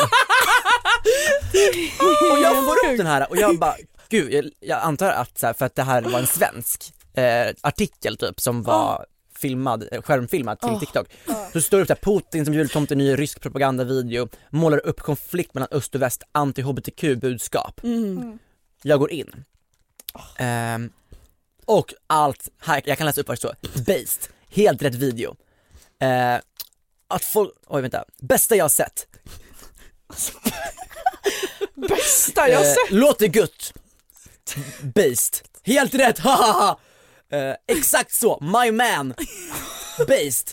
Och jag får upp den här och jag bara, gud, jag antar att så här, för att det här var en svensk artikel typ som var skärmfilmad till TikTok. Så står det upp där, Putin som jultomte, ny rysk propagandavideo, målar upp konflikt mellan öst och väst, anti-hbtq-budskap. Jag går in. Och allt här, jag kan läsa upp vad det står. Based, helt rätt video. Att folk, bästa jag har sett. Bästa jag har sett. Låter gött. Based, helt rätt, hahaha. Exakt så, my man. Based.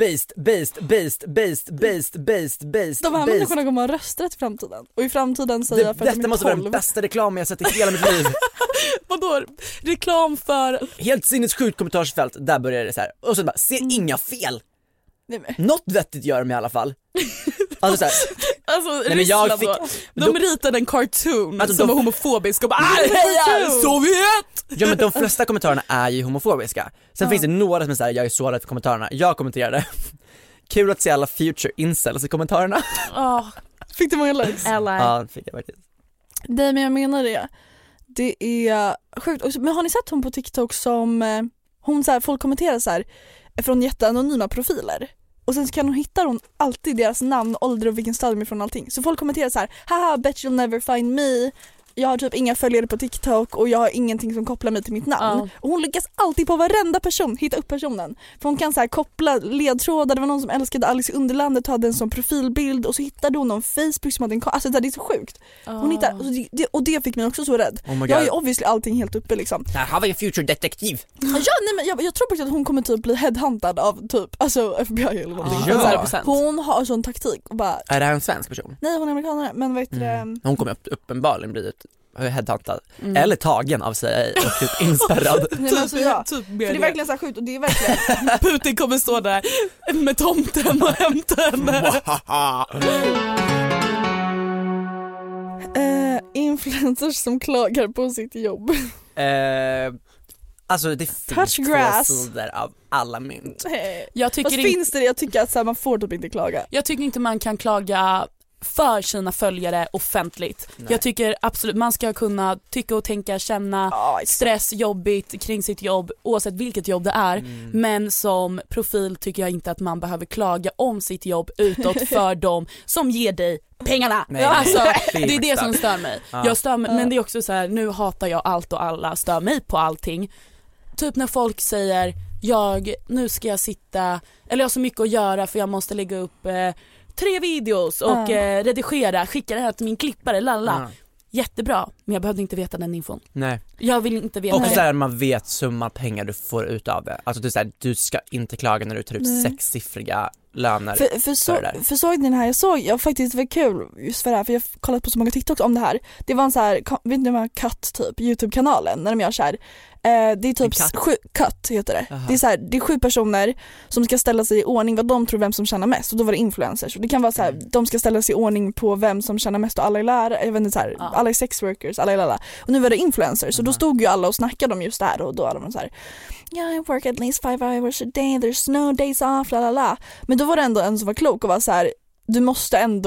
De här människorna kommer ha rösträtt i framtiden. Och i framtiden säger jag för att detta måste vara den bästa reklamen jag sett i hela mitt liv. Vadå? Reklam för... Helt sinnessjukt kommentarsfält, där börjar det så här. Och så bara, ser inga fel. Något vettigt gör de i alla fall. Alltså såhär, alltså Ryssland de ritade en cartoon alltså, som var homofobisk och bara heja Sovjet! Ja, men de flesta kommentarerna är ju homofobiska. Sen finns det några som är såhär, jag är så rädd för kommentarerna. Jag kommenterade, kul att se alla future incels i kommentarerna. Fick du många likes? Ja, fick jag faktiskt. Det, men jag menar det är sjukt. Men har ni sett hon på TikTok som hon så här, folk kommenterar så här från jätteanonyma profiler. Och sen så kan hon alltid deras namn, ålder och vilken stad de är från, allting. Så folk kommenterar så här: haha, bet you'll never find me. Jag har typ inga följare på TikTok och jag har ingenting som kopplar mig till mitt namn. Och hon lyckas alltid på varenda person hitta upp personen. För hon kan så här koppla ledtrådar. Det var någon som älskade Alice i Underlandet och hade en sån profilbild. Och så hittade hon någon Facebook som hade en alltså det är så sjukt. Hon hittar, och det fick mig också så rädd. Jag har ju obviously allting helt uppe liksom. Här har vi en future detektiv. Ja, nej, men jag tror att hon kommer typ bli headhuntad av typ alltså FBI eller någonting. Hon har sån taktik och bara... Är det här en svensk person? Nej, hon är amerikanare, men vet hon kommer uppenbarligen bli headhuntad eller tagen av sig och typ inspärrad. Typ för det är verkligen så här sjukt och det är verkligen Putin kommer stå där med tomten och hämta henne. Influencers som klagar på sitt jobb. Alltså det finns två sidor av alla mynt. Jag tycker att så här, man får typ inte klaga. Jag tycker inte man kan klaga för sina följare offentligt. Nej. Jag tycker absolut man ska kunna tycka och tänka, känna stress, jobbigt kring sitt jobb oavsett vilket jobb det är. Men som profil tycker jag inte att man behöver klaga om sitt jobb utåt för dem som ger dig pengarna. Nej, alltså, det är det som stör mig. Jag stör mig, men det är också så här, nu hatar jag allt och alla stör mig på allting. Typ när folk säger nu ska jag sitta, eller jag har så mycket att göra för jag måste lägga upp 3 videos och redigera, skicka det här till min klippare, lalla. Jättebra, men jag behövde inte veta den infon. Nej. Jag vill inte veta det. Och så här, man vet summa pengar du får ut av det. Alltså det är så här, du ska inte klaga när du tar ut 6-siffriga löner. För såg ni den här? Jag faktiskt var kul just för det här, för jag har kollat på så många TikToks om det här. Det var en så här, vet ni vad Cut typ, YouTube-kanalen när de gör så här. Det är typ Cut heter det. Det är så här, det är 7 personer som ska ställa sig i ordning vad de tror vem som tjänar mest, och då var det influencers. Och det kan vara så här, de ska ställa sig i ordning på vem som tjänar mest och alla är lärare, jag vet inte så här, alla är sex workers, alla är lalla. Och nu var det influencers, så då stod ju alla och snackade om just det här, och då alla var så här: yeah, I work at least 5 hours a day, there's no days off, lalala. Men då var det ändå en som var klok och var så här: du måste ändå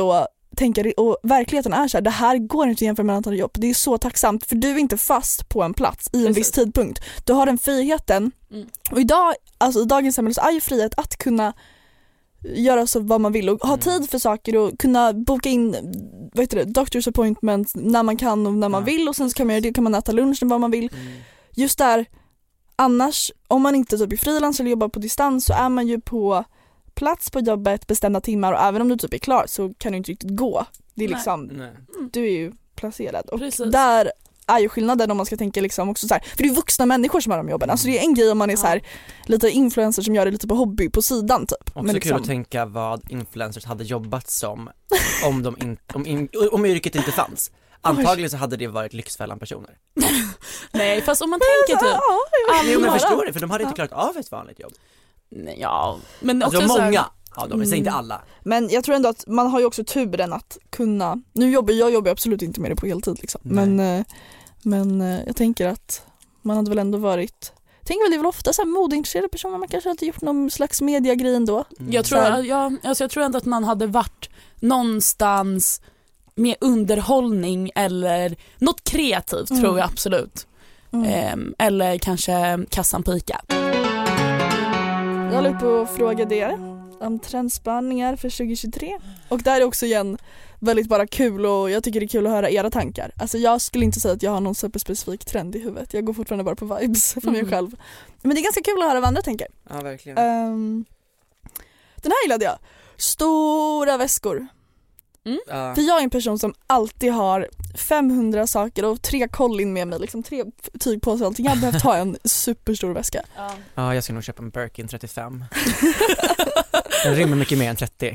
tänker, och verkligheten är så här, det här går inte att jämföra med antal jobb. Det är så tacksamt, för du är inte fast på en plats i en viss tidpunkt. Du har den friheten. Och idag, alltså i dagens samhälle så är ju frihet att kunna göra så vad man vill och ha tid för saker och kunna boka in doctor's appointments när man kan och när man vill, och sen så kan man göra det, kan man äta lunch när man vill. Just där, annars om man inte typ är frilans eller jobbar på distans så är man ju på plats på jobbet bestämda timmar, och även om du typ är klar så kan du inte riktigt gå. Det är liksom, du är ju placerad. Och där är ju skillnaden om man ska tänka liksom också så här, för det är vuxna människor som har de jobben. Alltså det är en grej om man är så här lite influencer som gör det lite på hobby på sidan typ. Också men liksom, kul att tänka vad influencers hade jobbat som om yrket inte fanns. Antagligen så hade det varit Lyxfällan-personer. Nej, fast om man tänker typ Jo, men förstår det, för de hade inte klarat av ett vanligt jobb. Nej, ja, men alltså också många. Ja, de säger inte alla. Men jag tror ändå att man har ju också turen att kunna. Jag jobbar absolut inte med det på heltid liksom. Men jag tänker att man hade väl ändå varit. Tänker väl det är väl ofta så här modeintresserade personer, man kanske hade gjort någon slags mediagrej ändå. Jag tror ändå att man hade varit någonstans med underhållning eller något kreativt, tror jag absolut. Eller kanske kassan på ICA. Jag håller på att fråga er om trendspaningar för 2023. Och där är också igen väldigt bara kul, och jag tycker det är kul att höra era tankar. Alltså jag skulle inte säga att jag har någon superspecifik trend i huvudet. Jag går fortfarande bara på vibes för mig själv. Men det är ganska kul att höra vad andra tänker. Ja, verkligen. Den här gillade jag. Stora väskor. För jag är en person som alltid har 500 saker och 3 kollin med mig, liksom 3 tygpåsar och allting. Jag behöver ta en superstor väska. Ja, jag ska nog köpa en Birkin 35. Den rymmer mycket mer än 30.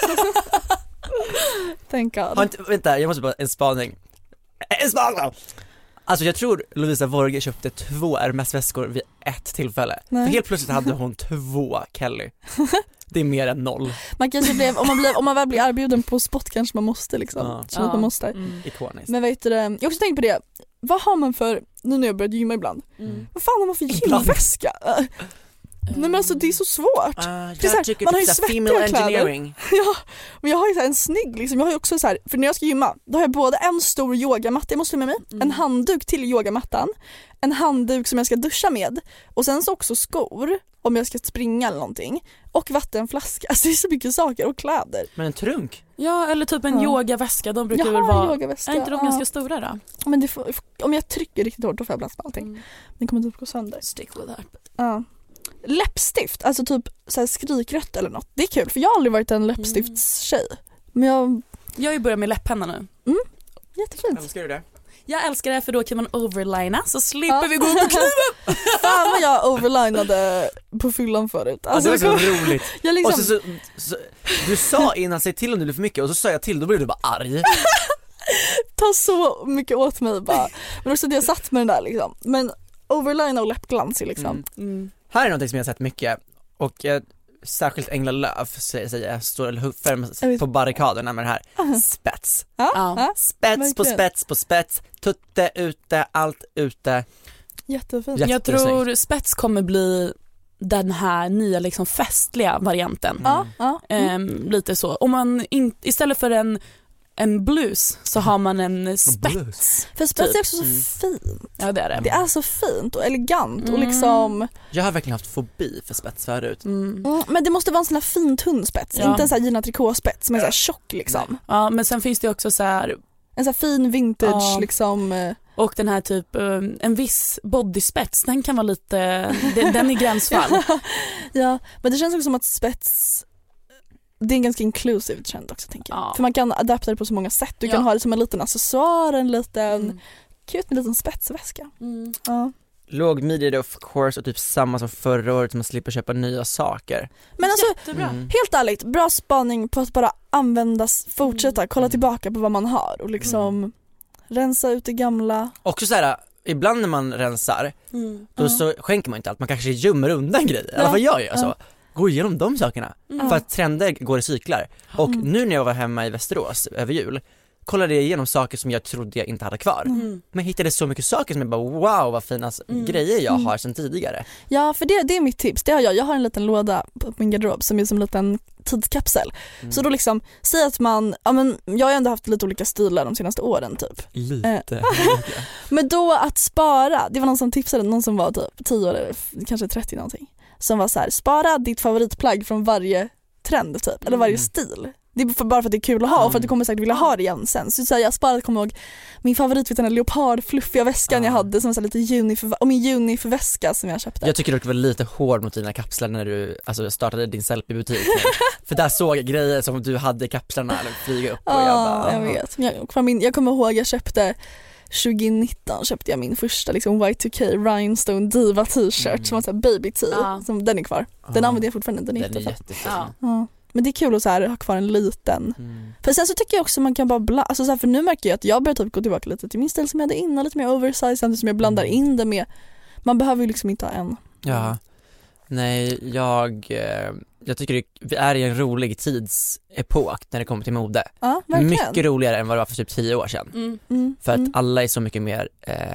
Vänta, jag måste bara en spaning. Alltså jag tror Lovisa Vorge köpte 2 Hermes-väskor vid ett tillfälle. För helt plötsligt hade hon 2 Kelly. Det är mer än 0. Man kanske om man väl blir erbjuden på spot kanske man måste liksom. Så att man måste. Ikoniskt. Men vet du, jag har också tänkt på det. Vad har man för, nu när jag börjat gymma ibland. Vad fan har man för gymväska? Nej men alltså det är så svårt. Jag tycker man har ju svettiga kläder. Ja, men jag har ju så här en snygg liksom. Jag har ju också så här, för när jag ska gymma då har jag både en stor yogamatta jag måste med mig, en handduk till yogamattan, en handduk som jag ska duscha med, och sen så också skor om jag ska springa eller någonting, och vattenflaska. Alltså det är så mycket saker, och kläder. Men en trunk? Ja, eller typ en yogaväska. De brukar väl vara, är inte de ganska stora då? Men det får, om jag trycker riktigt hårt då får jag plats med allting. Det kommer typ gå sönder. Stick with that. Ja. Läppstift, alltså typ så här skrikrött eller något. Det är kul, för jag har aldrig varit en läppstiftstjej. Men jag har ju börjat med läpppenna nu. Jättefint. Älskar du det? Jag älskar det, för då kan man overlina, så slipper vi gå upp på kniven. Fan vad jag overlinade på fyllan förut. Alltså det var så roligt. Jag liksom... Och så, du sa innan, säg till om det blir för mycket, och så sa jag till, då blev du bara arg. Ta så mycket åt mig bara. Men också det jag satt med den där liksom. Men overlina och läppglans är liksom. Här är något som jag har sett mycket, och särskilt Engla Löf säger jag står främst på barrikaderna med det här. Spets. Spets på spets på spets, tutte ute, allt ute. Jättefint. Jag tror spets kommer bli den här nya liksom festliga varianten. Lite så. Om man istället för en blus så har man en spets. För spets är också så fint. Ja, det är det. Det är så fint och elegant och liksom... Jag har verkligen haft fobi för spets förut. Men det måste vara en sån här fin tunn spets, inte en sån här Gina Tricot-spets, men så här tjock liksom. Ja, men sen finns det också så här... En sån här fin vintage liksom... Och den här typ, en viss bodyspets, den kan vara lite... den är gränsfall. Ja, men det känns också som att spets... Det är en ganska inclusive trend också, tänker jag. För man kan adaptera det på så många sätt. Du kan ha det som en liten accessoar, en liten cute med en liten spetsväska. Låg midje of course, och typ samma som förra året, man slipper köpa nya saker. Men alltså, helt ärligt, bra spaning på att bara användas, fortsätta, kolla tillbaka på vad man har och liksom rensa ut det gamla. Också så här, ibland när man rensar då så skänker man inte allt, man kanske gömmer undan grejer. I alla fall jag gör så. Gå igenom de sakerna. För att trender går i cyklar. Och nu när jag var hemma i Västerås över jul, kollade jag igenom saker som jag trodde jag inte hade kvar. Men jag hittade så mycket saker som jag bara wow vad fina grejer jag har sedan tidigare. Ja, för det är mitt tips. Det har jag har en liten låda på min garderob som är som en liten tidskapsel. Så då liksom, säg att man, jag har ändå haft lite olika stilar de senaste åren typ. Lite. Men då att spara, det var någon som tipsade, någon som var typ 10 eller kanske 30 någonting. Som var så här: spara ditt favoritplagg från varje trend typ, eller varje stil. Det är bara för att det är kul att ha och för att du kommer säkert vilja ha det igen sen. Så jag sparade, kommer ihåg min favorit, den här leopardfluffiga väskan jag hade som var så lite och min Unife-väska som jag köpte. Jag tycker du var lite hård mot dina kapslar när du startade din selfie-butik. För där såg jag grejer som du hade i kapslarna eller flyga upp och jag vet. Jag kommer ihåg jag köpte 2019 köpte jag min första liksom Y2K Rhinestone Diva t-shirt som var så här baby tee. Som den är kvar. Den använder jag fortfarande, den är jättefin. Men det är kul att så här ha kvar en liten. För sen så tycker jag också man kan bara alltså så här, för nu märker jag att jag börjar typ gå tillbaka lite till min stil som jag hade innan, lite mer oversize samtidigt som jag blandar in det med. Man behöver ju liksom inte ha en. Ja. Nej, jag tycker vi är i en rolig tidsepok när det kommer till mode. Ja, verkligen. Mycket roligare än vad det var för typ 10 år sedan. För att alla är så mycket mer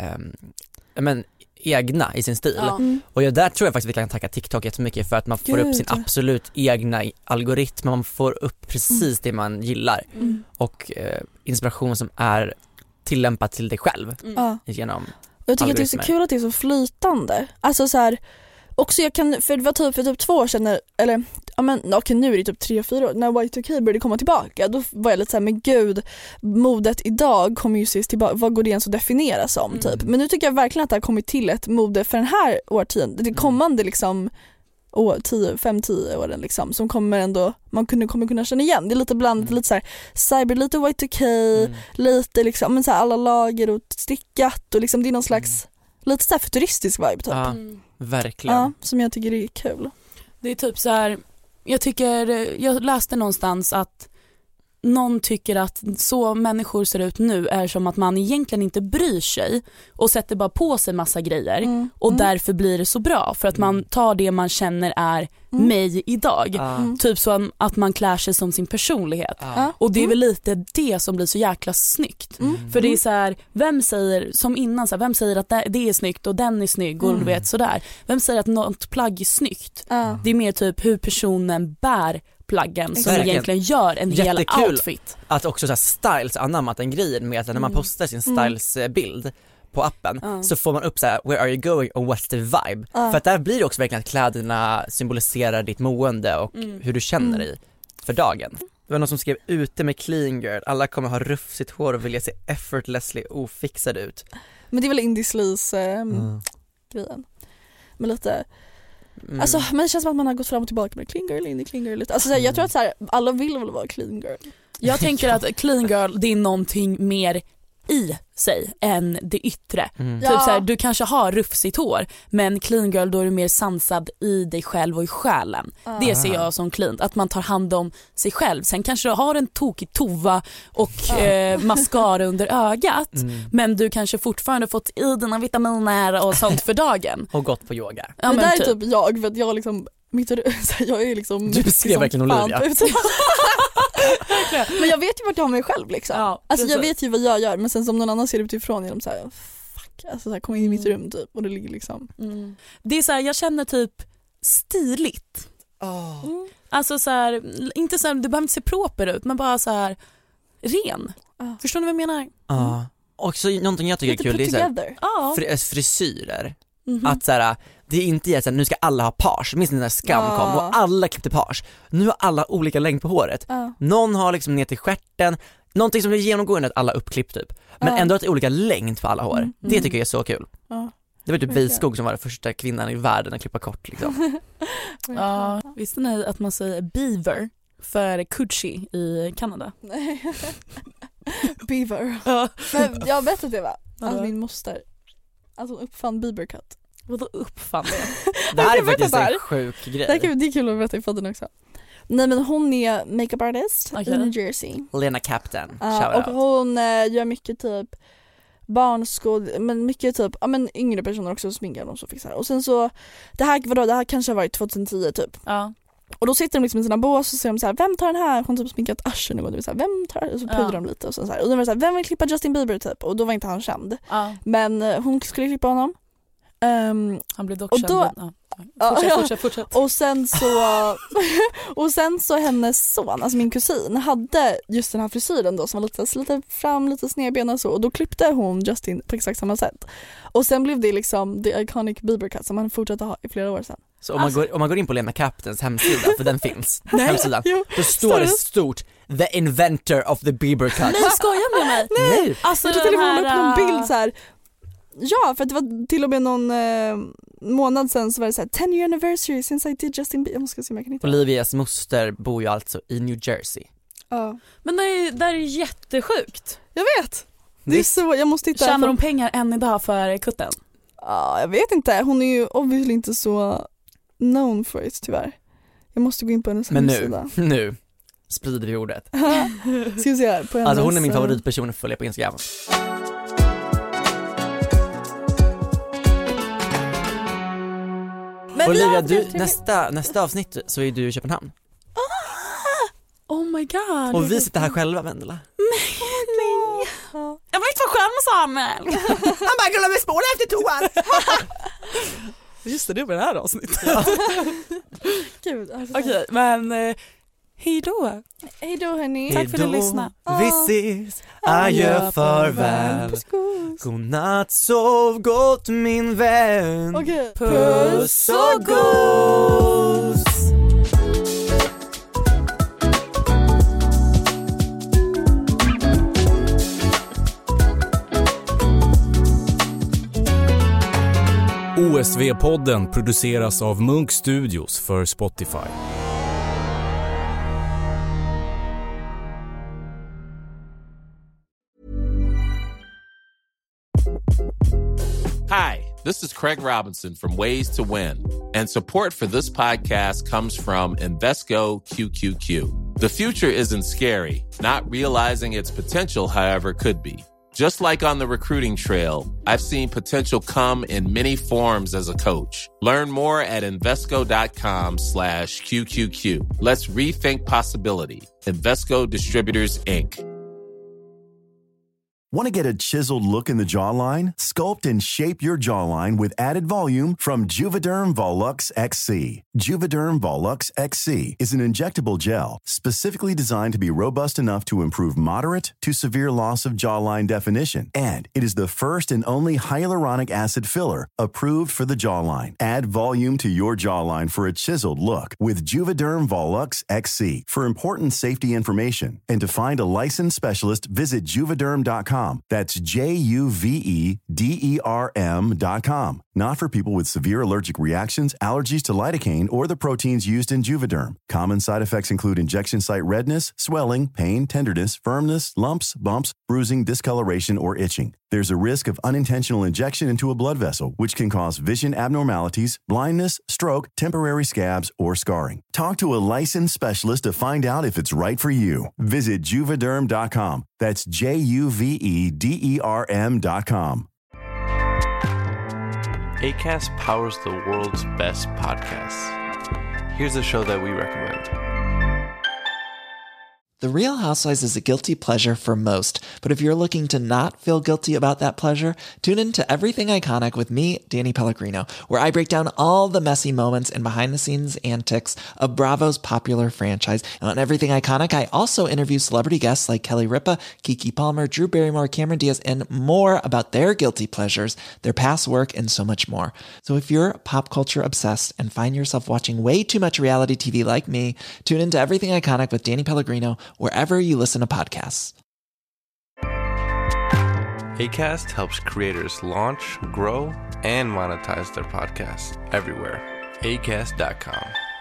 egna i sin stil. Och där tror jag faktiskt vi kan tacka TikTok jättemycket för att man får upp sin absolut egna algoritm. Man får upp precis det man gillar. Och inspiration som är tillämpat till dig själv genom. Och jag tycker att det är så kul att det är så flytande. Alltså så här, också jag kan, för det var för typ 2 år sedan nu är det typ 3-4 år när Y2K började komma tillbaka, då var jag lite så här, men gud, modet idag kommer ju ses tillbaka, vad går det ens att definiera som typ, men nu tycker jag verkligen att det har kommit till ett mode för den här årtionden, det kommande liksom 5-10 åren liksom, som kommer ändå, man kommer kunna känna igen. Det är lite blandat, lite så här cyber, lite Y2K, lite liksom, men så här alla lager och stickat och liksom det är någon slags lite så här futuristisk vibe typ. Verkligen. Ja, som jag tycker är kul. Det är typ så här, jag läste någonstans att någon tycker att så människor ser ut nu är som att man egentligen inte bryr sig och sätter bara på sig massa grejer och därför blir det så bra för att man tar det man känner är mig idag. Typ så att man klär sig som sin personlighet. Och det är väl lite det som blir så jäkla snyggt. För det är så här, vem säger som innan så här, vem säger att det är snyggt och den är snygg och du vet sådär. Vem säger att något plagg är snyggt? Det är mer typ hur personen bär plaggen som egentligen gör en hel outfit. Att också så här styles anammat en grej med att när man postar sin styles-bild på appen så får man upp så här, where are you going och what's the vibe? För att där blir det också verkligen att kläderna symboliserar ditt mående och hur du känner dig för dagen. Det var någon som skrev ute med clean girl, alla kommer ha rufsigt hår och vilja se effortlessly ofixad ut. Men det är väl Indie Sleaze grejen. Men lite alltså, men det känns som att man har gått fram och tillbaka med clean girl, indie clean girl lite. Alltså, jag tror att så här, alla vill väl vara clean girl. Jag tänker att clean girl, det är någonting mer i sig än det yttre. Typ så här, du kanske har rufsigt hår, men clean girl, då är du mer sansad i dig själv och i själen. Det ser jag som clean, att man tar hand om sig själv. Sen kanske du har en tokig tova och mascara under ögat, men du kanske fortfarande fått i dina vitaminer och sånt för dagen. Och gått på yoga. Ja, men det där är typ jag, för att jag liksom jag är liksom, du beskrev verkligen Olivia. Men jag vet ju vart jag har mig själv liksom. Ja, alltså jag vet ju vad jag gör, men sen som någon annan ser utifrån genom så här, fuck, alltså så här, kom in i mitt rum typ och det ligger liksom. Det är så här, jag känner typ stiligt. Alltså så här, inte så här, du behöver inte se proper ut, men bara så här ren. Förstår ni vad jag menar? Också någonting jag tycker är kul, det är så här, frisyrer. Att så här, det är inte så här, nu ska alla ha page. Minns ni när Skam kom och alla klippte page. Nu har alla olika längd på håret. Någon har liksom ner till stjärten. Någonting som är genomgående att alla uppklipp typ. Men ändå att olika längd på alla hår. Det tycker jag är så kul. Det var typ Wiskog som var den första kvinnan i världen att klippa kort liksom. Visste ni att man säger beaver för Coochie i Kanada? Nej. Beaver. Men jag vet att det var alltså min moster. Alltså hon uppfann Biebercut. Vadå uppfann det? Det här är faktiskt en sjuk grej. Det är kul att veta i podden också. Nej, men hon är makeup artist i New Jersey. Lena Captain. Och hon gör mycket typ barnskåd, men mycket typ yngre personer också, sminkar och så fixar. Och sen så det här kanske har varit 2010 typ. Och då sitter de liksom i sina bås och säger de så här, vem tar den här? Hon typ sminkat Usher nu och det var så här, vem tar? Och så pudrar de lite och så här. Och då var det så här, vem vill klippa Justin Bieber typ? Och då var inte han känd. Men hon skulle klippa honom. Han blev dock känd. Fortsätt. Och sen så hennes son, alltså min kusin, hade just den här frisyren då som var lite fram, lite snedben och så. Och då klippte hon Justin på exakt samma sätt. Och sen blev det liksom the iconic Bieber cut som han fortsatte ha i flera år sedan. Så om man går in på Lena Captains hemsida, för den finns, hemsidan, då står det stort the inventor of the Bieber cut. Nej, skojar med mig. Nej. Alltså jag tror hon upp någon bild så här. Ja, för att det var till och med någon månad sen så var det så här 10-year anniversary since I did Justin Bieber. Jag måste se om jag kan hitta. Olivias moster bor ju alltså i New Jersey. Ja. Men det är jättesjukt. Jag vet. Det är så, jag måste hitta. Tjänar de pengar än idag för kutten? Ja, jag vet inte. Hon är ju obviously inte så known for it, tyvärr. Jag måste gå in på hennes hemsida. Men nu sprider vi ordet. Ska vi se här på hennes... Alltså hon är min favoritperson att följa på Instagram. Men Olivia, nästa avsnitt så är du i Köpenhamn. Oh my god. Och vi sitter här själva, Vendela. Nej. Jag vill inte få skämmas, Samuel. Han bara glömmer spola efter toan. Just det var det här avsnittet. Ja. Gud, alltså. Okej, men hej då. Hej då, hörni. Tack för att du lyssnade. Vi ses, adjö, farväl. Godnatt, sov gott min vän. Okay. Puss och gos. OSV-podden produceras av Munk Studios för Spotify. Hi, this is Craig Robinson from Ways to Win, and support for this podcast comes from Invesco QQQ. The future isn't scary. Not realizing its potential, however, could be. Just like on the recruiting trail, I've seen potential come in many forms as a coach. Learn more at Invesco.com/QQQ. Let's rethink possibility. Invesco Distributors, Inc. Want to get a chiseled look in the jawline? Sculpt and shape your jawline with added volume from Juvederm Volux XC. Juvederm Volux XC is an injectable gel specifically designed to be robust enough to improve moderate to severe loss of jawline definition. And it is the first and only hyaluronic acid filler approved for the jawline. Add volume to your jawline for a chiseled look with Juvederm Volux XC. For important safety information and to find a licensed specialist, visit juvederm.com. That's JUVEDERM.com. Not for people with severe allergic reactions, allergies to lidocaine, or the proteins used in Juvederm. Common side effects include injection site redness, swelling, pain, tenderness, firmness, lumps, bumps, bruising, discoloration, or itching. There's a risk of unintentional injection into a blood vessel, which can cause vision abnormalities, blindness, stroke, temporary scabs, or scarring. Talk to a licensed specialist to find out if it's right for you. Visit Juvederm.com. That's JUVEDERM.com. Acast powers the world's best podcasts. Here's a show that we recommend. The Real Housewives is a guilty pleasure for most, but if you're looking to not feel guilty about that pleasure, tune in to Everything Iconic with me, Danny Pellegrino, where I break down all the messy moments and behind-the-scenes antics of Bravo's popular franchise. And on Everything Iconic, I also interview celebrity guests like Kelly Ripa, Keke Palmer, Drew Barrymore, Cameron Diaz, and more about their guilty pleasures, their past work, and so much more. So if you're pop culture obsessed and find yourself watching way too much reality TV like me, tune into Everything Iconic with Danny Pellegrino, wherever you listen to podcasts. Acast helps creators launch, grow, and monetize their podcasts everywhere. Acast.com.